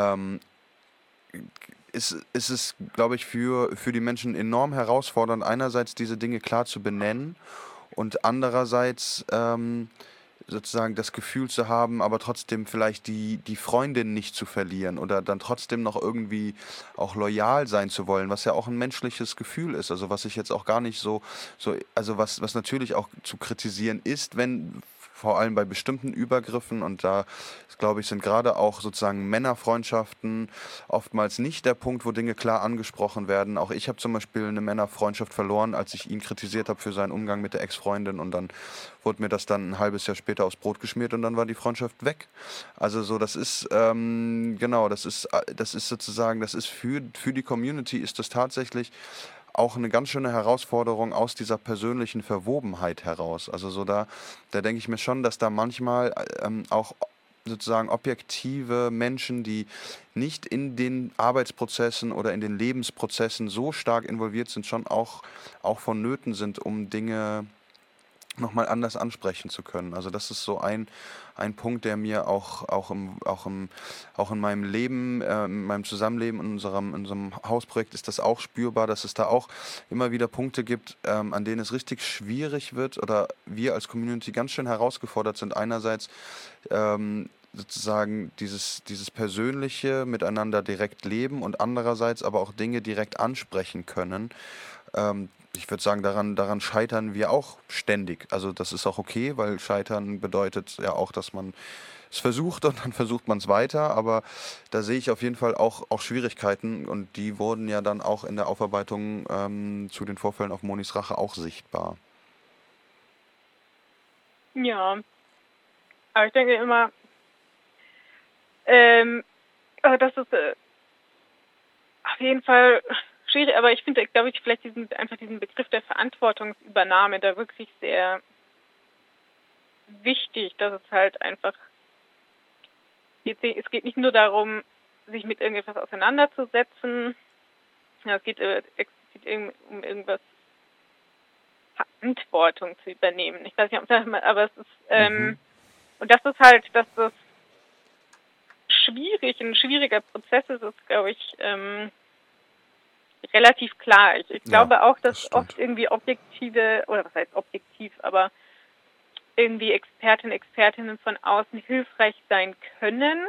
ist es, glaube ich, für die Menschen enorm herausfordernd, einerseits diese Dinge klar zu benennen und andererseits sozusagen das Gefühl zu haben, aber trotzdem vielleicht die Freundin nicht zu verlieren oder dann trotzdem noch irgendwie auch loyal sein zu wollen, was ja auch ein menschliches Gefühl ist, also was ich jetzt auch gar nicht also was natürlich auch zu kritisieren ist, wenn vor allem bei bestimmten Übergriffen, und da, glaube ich, sind gerade auch sozusagen Männerfreundschaften oftmals nicht der Punkt, wo Dinge klar angesprochen werden. Auch ich habe zum Beispiel eine Männerfreundschaft verloren, als ich ihn kritisiert habe für seinen Umgang mit der Ex-Freundin, und dann wurde mir das dann ein halbes Jahr später aufs Brot geschmiert und dann war die Freundschaft weg. Also so, das ist, das ist sozusagen, das ist für die Community ist das tatsächlich auch eine ganz schöne Herausforderung aus dieser persönlichen Verwobenheit heraus. Also so da denke ich mir schon, dass da manchmal auch sozusagen objektive Menschen, die nicht in den Arbeitsprozessen oder in den Lebensprozessen so stark involviert sind, schon auch vonnöten sind, um Dinge nochmal anders ansprechen zu können. Also das ist so ein Punkt, der mir auch in meinem Leben, in meinem Zusammenleben, in unserem Hausprojekt ist das auch spürbar, dass es da auch immer wieder Punkte gibt, an denen es richtig schwierig wird oder wir als Community ganz schön herausgefordert sind. Einerseits sozusagen dieses persönliche Miteinander direkt leben und andererseits aber auch Dinge direkt ansprechen können. Ich würde sagen, daran scheitern wir auch ständig. Also das ist auch okay, weil Scheitern bedeutet ja auch, dass man es versucht und dann versucht man es weiter. Aber da sehe ich auf jeden Fall auch Schwierigkeiten, und die wurden ja dann auch in der Aufarbeitung zu den Vorfällen auf Monis Rache auch sichtbar. Ja, aber ich denke immer, also das ist auf jeden Fall schwierig, aber ich finde, glaube ich, vielleicht diesen Begriff der Verantwortungsübernahme da wirklich sehr wichtig, dass es halt einfach, es geht nicht nur darum, sich mit irgendetwas auseinanderzusetzen, ja, es geht explizit um irgendwas, Verantwortung zu übernehmen. Ich weiß nicht, ob das, aber es ist, und das ist halt, dass das ein schwieriger Prozess ist glaube ich, relativ klar. Ich glaube auch, dass oft irgendwie objektive, oder was heißt objektiv, aber irgendwie Expertinnen von außen hilfreich sein können.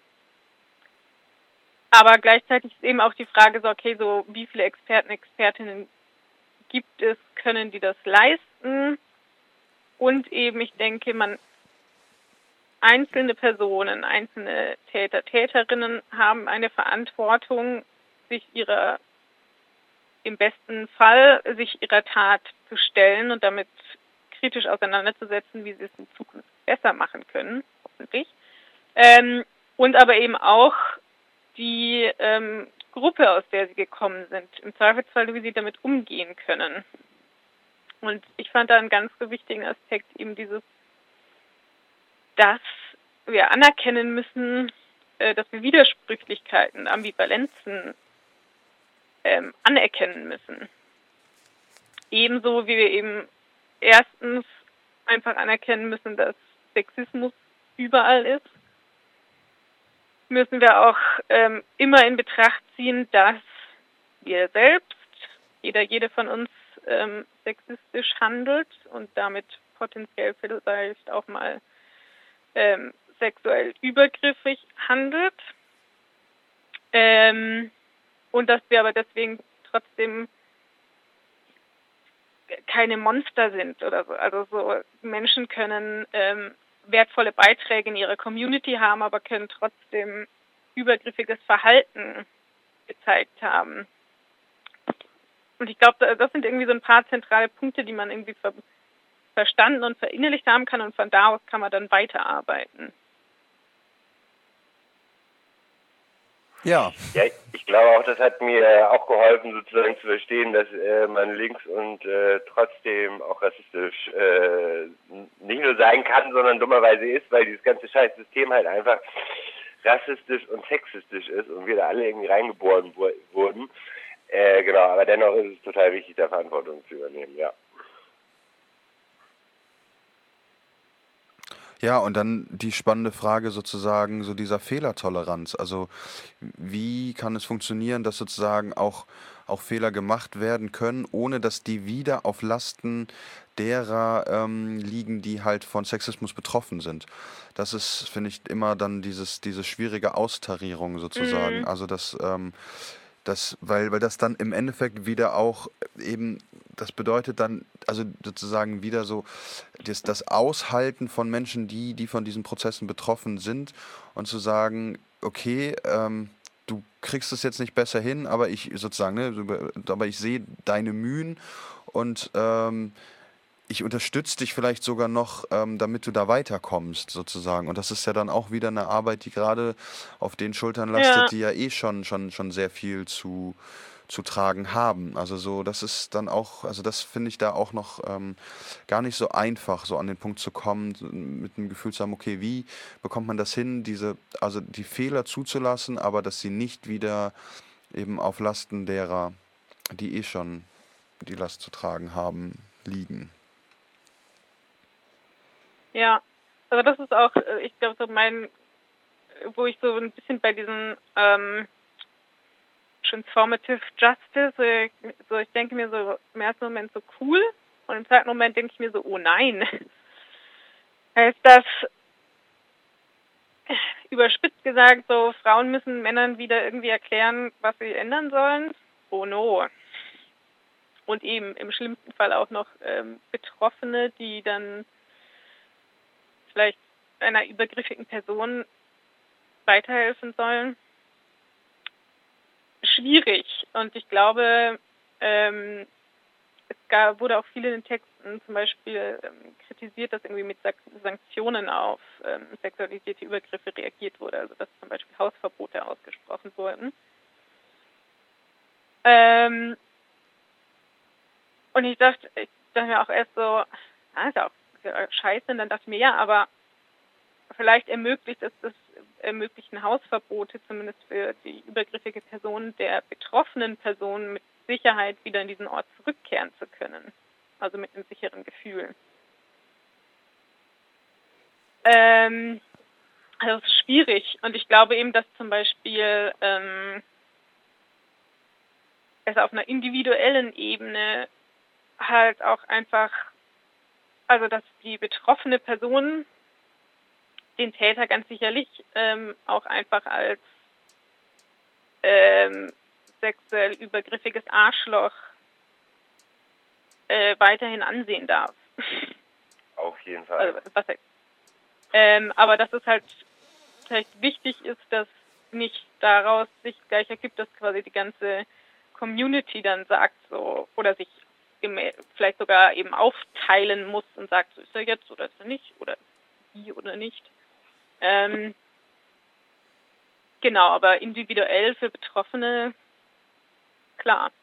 Aber gleichzeitig ist eben auch die Frage so, okay, so wie viele Expertinnen gibt es, können die das leisten? Und eben, ich denke, einzelne Personen, einzelne Täter, Täterinnen haben eine Verantwortung, im besten Fall sich ihrer Tat zu stellen und damit kritisch auseinanderzusetzen, wie sie es in Zukunft besser machen können, hoffentlich. Und aber eben auch die Gruppe, aus der sie gekommen sind, im Zweifelsfall, wie sie damit umgehen können. Und ich fand da einen ganz so wichtigen Aspekt eben dass wir anerkennen müssen, dass wir Widersprüchlichkeiten, Ambivalenzen anerkennen müssen. Ebenso wie wir eben erstens einfach anerkennen müssen, dass Sexismus überall ist, müssen wir auch immer in Betracht ziehen, dass wir selbst, jede von uns sexistisch handelt und damit potenziell vielleicht auch mal sexuell übergriffig handelt. Und dass wir aber deswegen trotzdem keine Monster sind oder so. Also so Menschen können wertvolle Beiträge in ihrer Community haben, aber können trotzdem übergriffiges Verhalten gezeigt haben. Und ich glaube, das sind irgendwie so ein paar zentrale Punkte, die man irgendwie verstanden und verinnerlicht haben kann, und von da aus kann man dann weiterarbeiten. Ja. Ja, ich glaube auch, das hat mir auch geholfen, sozusagen zu verstehen, dass man links und trotzdem auch rassistisch nicht nur sein kann, sondern dummerweise ist, weil dieses ganze Scheißsystem halt einfach rassistisch und sexistisch ist und wir da alle irgendwie reingeboren wurden. Genau, aber dennoch ist es total wichtig, da Verantwortung zu übernehmen, ja. Ja, und dann die spannende Frage sozusagen, so dieser Fehlertoleranz. Also wie kann es funktionieren, dass sozusagen auch Fehler gemacht werden können, ohne dass die wieder auf Lasten derer liegen, die halt von Sexismus betroffen sind. Das ist, finde ich, immer dann diese schwierige Austarierung sozusagen. Also weil das dann im Endeffekt wieder auch eben, das bedeutet dann, also sozusagen wieder so das Aushalten von Menschen, die von diesen Prozessen betroffen sind, und zu sagen, okay, du kriegst es jetzt nicht besser hin, aber ich sozusagen, ne, aber ich sehe deine Mühen und ich unterstütze dich vielleicht sogar noch, damit du da weiterkommst, sozusagen. Und das ist ja dann auch wieder eine Arbeit, die gerade auf den Schultern lastet, die ja schon sehr viel zu tragen haben. Also so, das ist dann auch, also das finde ich da auch noch gar nicht so einfach, so an den Punkt zu kommen, mit dem Gefühl zu haben, okay, wie bekommt man das hin, also die Fehler zuzulassen, aber dass sie nicht wieder eben auf Lasten derer, die schon die Last zu tragen haben, liegen. Ja, also das ist auch, ich glaube, so wo ich so ein bisschen bei diesen Transformative Justice, so ich denke mir so im ersten Moment so cool und im zweiten Moment denke ich mir so, oh nein. Heißt das, überspitzt gesagt, so Frauen müssen Männern wieder irgendwie erklären, was sie ändern sollen? Oh no. Und eben im schlimmsten Fall auch noch Betroffene, die dann vielleicht einer übergriffigen Person weiterhelfen sollen. Schwierig. Und ich glaube, wurde auch viel in den Texten zum Beispiel kritisiert, dass irgendwie mit Sanktionen auf sexualisierte Übergriffe reagiert wurde. Also dass zum Beispiel Hausverbote ausgesprochen wurden. Und ich dachte mir auch erst so, ist ja auch scheiße. Und dann dachte ich mir, ja, aber vielleicht ermöglichen Hausverbote zumindest für die übergriffige Person der betroffenen Person mit Sicherheit wieder in diesen Ort zurückkehren zu können. Also mit einem sicheren Gefühl. Also es ist schwierig. Und ich glaube eben, dass zum Beispiel es auf einer individuellen Ebene halt auch einfach, also dass die betroffene Person den Täter ganz sicherlich auch einfach als sexuell übergriffiges Arschloch weiterhin ansehen darf. Auf jeden Fall. Also, aber dass es halt vielleicht wichtig ist, dass nicht daraus sich gleich ergibt, dass quasi die ganze Community dann sagt so, oder sich vielleicht sogar eben aufteilen muss und sagt, so ist er jetzt oder ist er nicht, oder wie oder nicht. Genau, aber individuell für Betroffene, klar.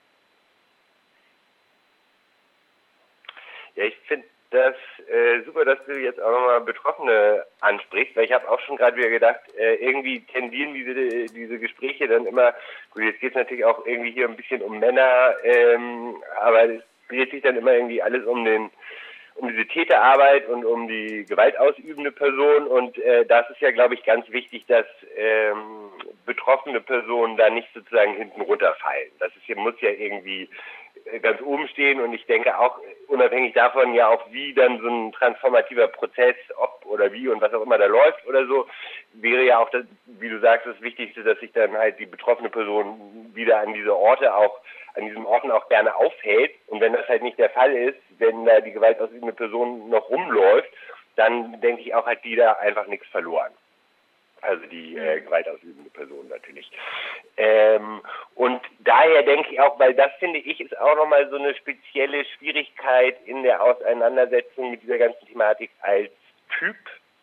Ja, ich finde das super, dass du jetzt auch nochmal Betroffene ansprichst, weil ich habe auch schon gerade wieder gedacht, irgendwie tendieren diese Gespräche dann immer, gut, jetzt geht es natürlich auch irgendwie hier ein bisschen um Männer, aber es dreht sich dann immer irgendwie alles um diese Täterarbeit und um die gewaltausübende Person, und das ist ja, glaube ich, ganz wichtig, dass betroffene Personen da nicht sozusagen hinten runterfallen. Das muss ja irgendwie ganz oben stehen, und ich denke auch, unabhängig davon ja auch, wie dann so ein transformativer Prozess, ob oder wie und was auch immer da läuft oder so, wäre ja auch, das, wie du sagst, das Wichtigste, dass sich dann halt die betroffene Person wieder an diesen Orten auch gerne aufhält, und wenn das halt nicht der Fall ist, wenn da die gewaltausübende Person noch rumläuft, dann denke ich auch, hat die da einfach nichts verloren. Also die gewaltausübende Person natürlich. Und daher denke ich auch, weil das, finde ich, ist auch nochmal so eine spezielle Schwierigkeit in der Auseinandersetzung mit dieser ganzen Thematik als Typ,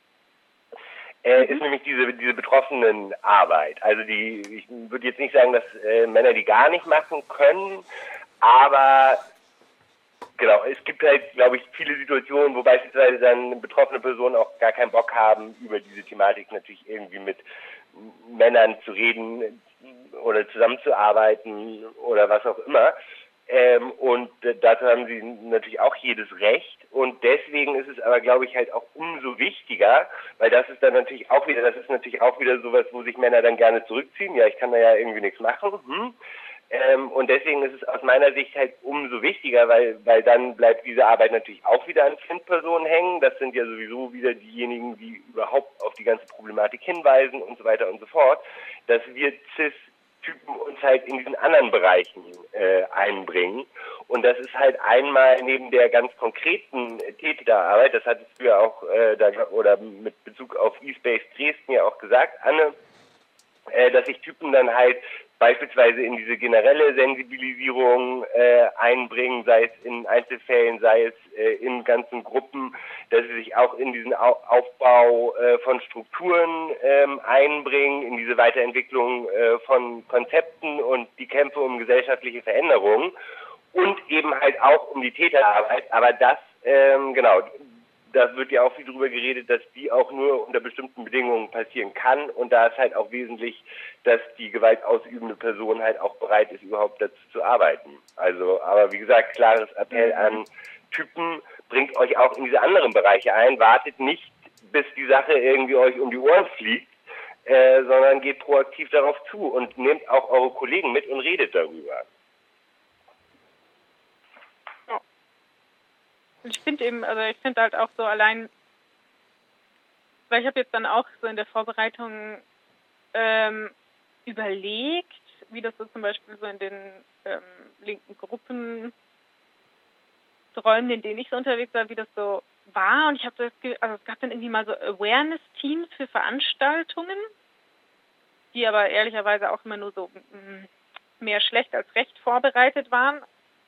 ist nämlich diese betroffenen Arbeit. Also ich würde jetzt nicht sagen, dass Männer die gar nicht machen können, aber genau, es gibt halt, glaube ich, viele Situationen, wo beispielsweise dann betroffene Personen auch gar keinen Bock haben, über diese Thematik natürlich irgendwie mit Männern zu reden oder zusammenzuarbeiten oder was auch immer. Und dazu haben sie natürlich auch jedes Recht. Und deswegen ist es aber, glaube ich, halt auch umso wichtiger, weil das ist natürlich auch wieder sowas, wo sich Männer dann gerne zurückziehen. Ja, ich kann da ja irgendwie nichts machen. Und deswegen ist es aus meiner Sicht halt umso wichtiger, weil dann bleibt diese Arbeit natürlich auch wieder an Cis-Personen hängen. Das sind ja sowieso wieder diejenigen, die überhaupt auf die ganze Problematik hinweisen und so weiter und so fort, dass wir Cis-Typen uns halt in diesen anderen Bereichen einbringen. Und das ist halt einmal neben der ganz konkreten Täterarbeit, das hattest du ja auch oder mit Bezug auf eSpace Dresden ja auch gesagt, Anne, dass sich Typen dann halt beispielsweise in diese generelle Sensibilisierung einbringen, sei es in Einzelfällen, sei es in ganzen Gruppen, dass sie sich auch in diesen Aufbau von Strukturen einbringen, in diese Weiterentwicklung von Konzepten und die Kämpfe um gesellschaftliche Veränderungen und eben halt auch um die Täterarbeit. Aber das, da wird ja auch viel drüber geredet, dass die auch nur unter bestimmten Bedingungen passieren kann, und da ist halt auch wesentlich, dass die gewaltausübende Person halt auch bereit ist, überhaupt dazu zu arbeiten. Also, aber wie gesagt, klares Appell an Typen, bringt euch auch in diese anderen Bereiche ein, wartet nicht, bis die Sache irgendwie euch um die Ohren fliegt, sondern geht proaktiv darauf zu und nehmt auch eure Kollegen mit und redet darüber. Ich finde halt auch so allein, weil ich habe jetzt dann auch so in der Vorbereitung überlegt, wie das so zum Beispiel so in den linken Gruppenräumen, in denen ich so unterwegs war, wie das so war. Und ich habe das Gefühl, also es gab dann irgendwie mal so Awareness-Teams für Veranstaltungen, die aber ehrlicherweise auch immer nur so mehr schlecht als recht vorbereitet waren.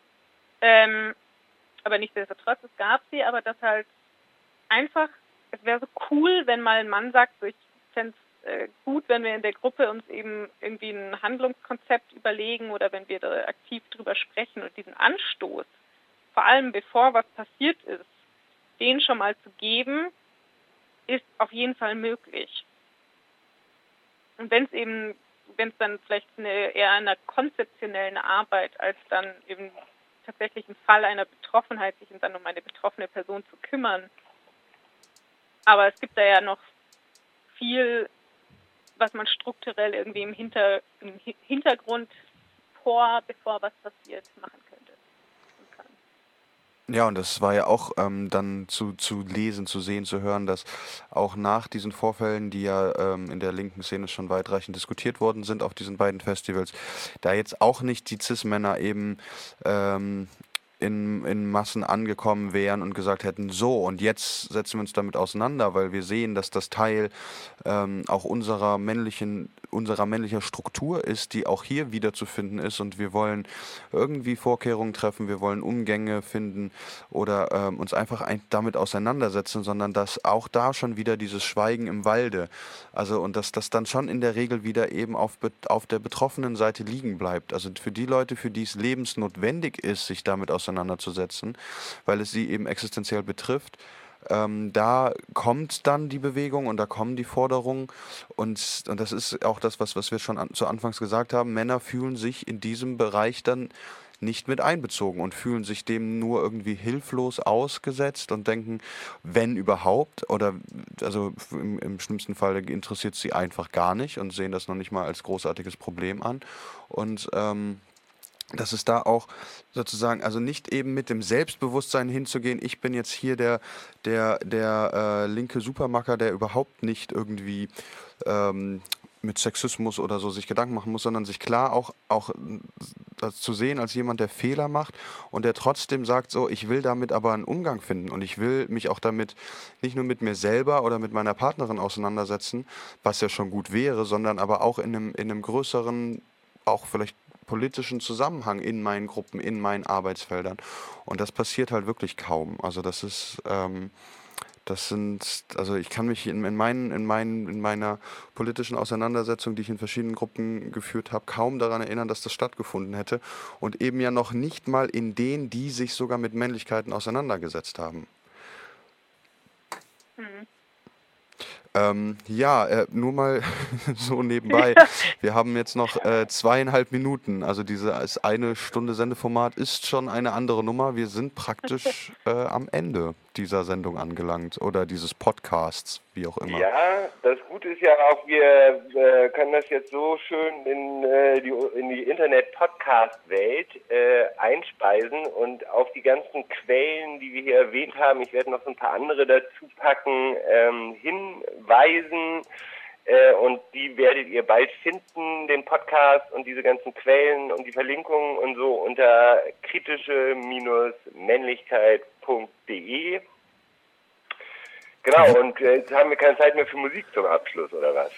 Aber nichtsdestotrotz, es gab sie, aber das halt einfach, es wäre so cool, wenn mal ein Mann sagt, so, ich fände es gut, wenn wir in der Gruppe uns eben irgendwie ein Handlungskonzept überlegen oder wenn wir da aktiv drüber sprechen und diesen Anstoß, vor allem bevor was passiert ist, den schon mal zu geben, ist auf jeden Fall möglich. Und wenn es dann vielleicht eher einer konzeptionellen Arbeit als dann eben tatsächlich im Fall einer Betroffenheit, sich dann um eine betroffene Person zu kümmern. Aber es gibt da ja noch viel, was man strukturell irgendwie im Hintergrund bevor was passiert, machen könnte und kann. Ja, und das war ja auch dann zu lesen, zu sehen, zu hören, dass auch nach diesen Vorfällen, die ja in der linken Szene schon weitreichend diskutiert worden sind auf diesen beiden Festivals, da jetzt auch nicht die Cis-Männer eben in Massen angekommen wären und gesagt hätten, so, und jetzt setzen wir uns damit auseinander, weil wir sehen, dass das Teil auch unserer männlicher Struktur ist, die auch hier wiederzufinden ist, und wir wollen irgendwie Vorkehrungen treffen, wir wollen Umgänge finden oder uns einfach damit auseinandersetzen, sondern dass auch da schon wieder dieses Schweigen im Walde, also, und dass das dann schon in der Regel wieder eben auf der betroffenen Seite liegen bleibt. Also für die Leute, für die es lebensnotwendig ist, sich damit auseinanderzusetzen, weil es sie eben existenziell betrifft, da kommt dann die Bewegung und da kommen die Forderungen, und das ist auch das, was wir schon zu Anfangs gesagt haben. Männer fühlen sich in diesem Bereich dann nicht mit einbezogen und fühlen sich dem nur irgendwie hilflos ausgesetzt und denken, wenn überhaupt, oder also im schlimmsten Fall interessiert sie einfach gar nicht und sehen das noch nicht mal als großartiges Problem an. Und dass es da auch sozusagen, also nicht eben mit dem Selbstbewusstsein hinzugehen, ich bin jetzt hier der linke Supermacker, der überhaupt nicht irgendwie mit Sexismus oder so sich Gedanken machen muss, sondern sich klar auch das zu sehen als jemand, der Fehler macht und der trotzdem sagt, so, ich will damit aber einen Umgang finden und ich will mich auch damit nicht nur mit mir selber oder mit meiner Partnerin auseinandersetzen, was ja schon gut wäre, sondern aber auch in einem größeren, auch vielleicht politischen Zusammenhang in meinen Gruppen, in meinen Arbeitsfeldern. Und das passiert halt wirklich kaum. Also also ich kann mich in meiner politischen Auseinandersetzung, die ich in verschiedenen Gruppen geführt habe, kaum daran erinnern, dass das stattgefunden hätte. Und eben ja noch nicht mal in denen, die sich sogar mit Männlichkeiten auseinandergesetzt haben. Mhm. Nur mal so nebenbei. Wir haben jetzt noch 2,5 Minuten. Also dieses eine Stunde Sendeformat ist schon eine andere Nummer. Wir sind praktisch am Ende dieser Sendung angelangt oder dieses Podcasts, wie auch immer. Ja, das Gute ist ja auch, wir können das jetzt so schön in die Internet-Podcast-Welt einspeisen und auf die ganzen Quellen, die wir hier erwähnt haben, ich werde noch so ein paar andere dazu packen, hinweisen, und die werdet ihr bald finden, den Podcast und diese ganzen Quellen und die Verlinkungen und so unter kritische-männlichkeit.de. Genau, und jetzt haben wir keine Zeit mehr für Musik zum Abschluss, oder was?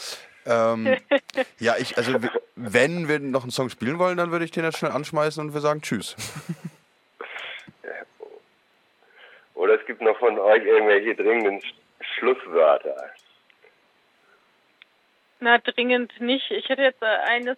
Wenn wir noch einen Song spielen wollen, dann würde ich den jetzt schnell anschmeißen und wir sagen Tschüss. Oder es gibt noch von euch irgendwelche dringenden Schlusswörter. Na, dringend nicht. Ich hätte jetzt eines,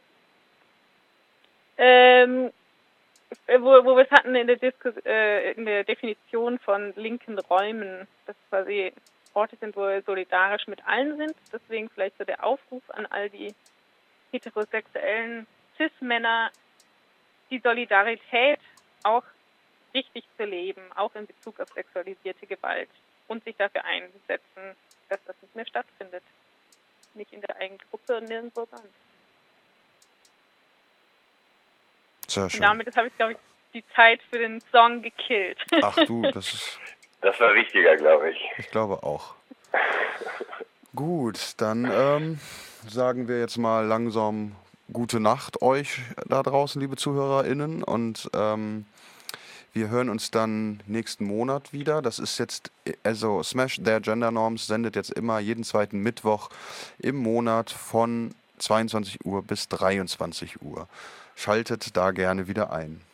wo wir es hatten in der Definition von linken Räumen, dass quasi Orte sind, wo wir solidarisch mit allen sind. Deswegen vielleicht so der Aufruf an all die heterosexuellen Cis-Männer, die Solidarität auch richtig zu leben, auch in Bezug auf sexualisierte Gewalt, und sich dafür einsetzen, dass das nicht mehr stattfindet. Nicht in der eigenen Gruppe und nirgendwo sonst. Sehr schön. Und damit habe ich, glaube ich, die Zeit für den Song gekillt. Ach du, das war wichtiger, glaube ich. Ich glaube auch. Gut, dann sagen wir jetzt mal langsam gute Nacht euch da draußen, liebe ZuhörerInnen, und wir hören uns dann nächsten Monat wieder. Das ist jetzt, also Smash Their Gender Norms sendet jetzt immer jeden zweiten Mittwoch im Monat von 22 Uhr bis 23 Uhr. Schaltet da gerne wieder ein.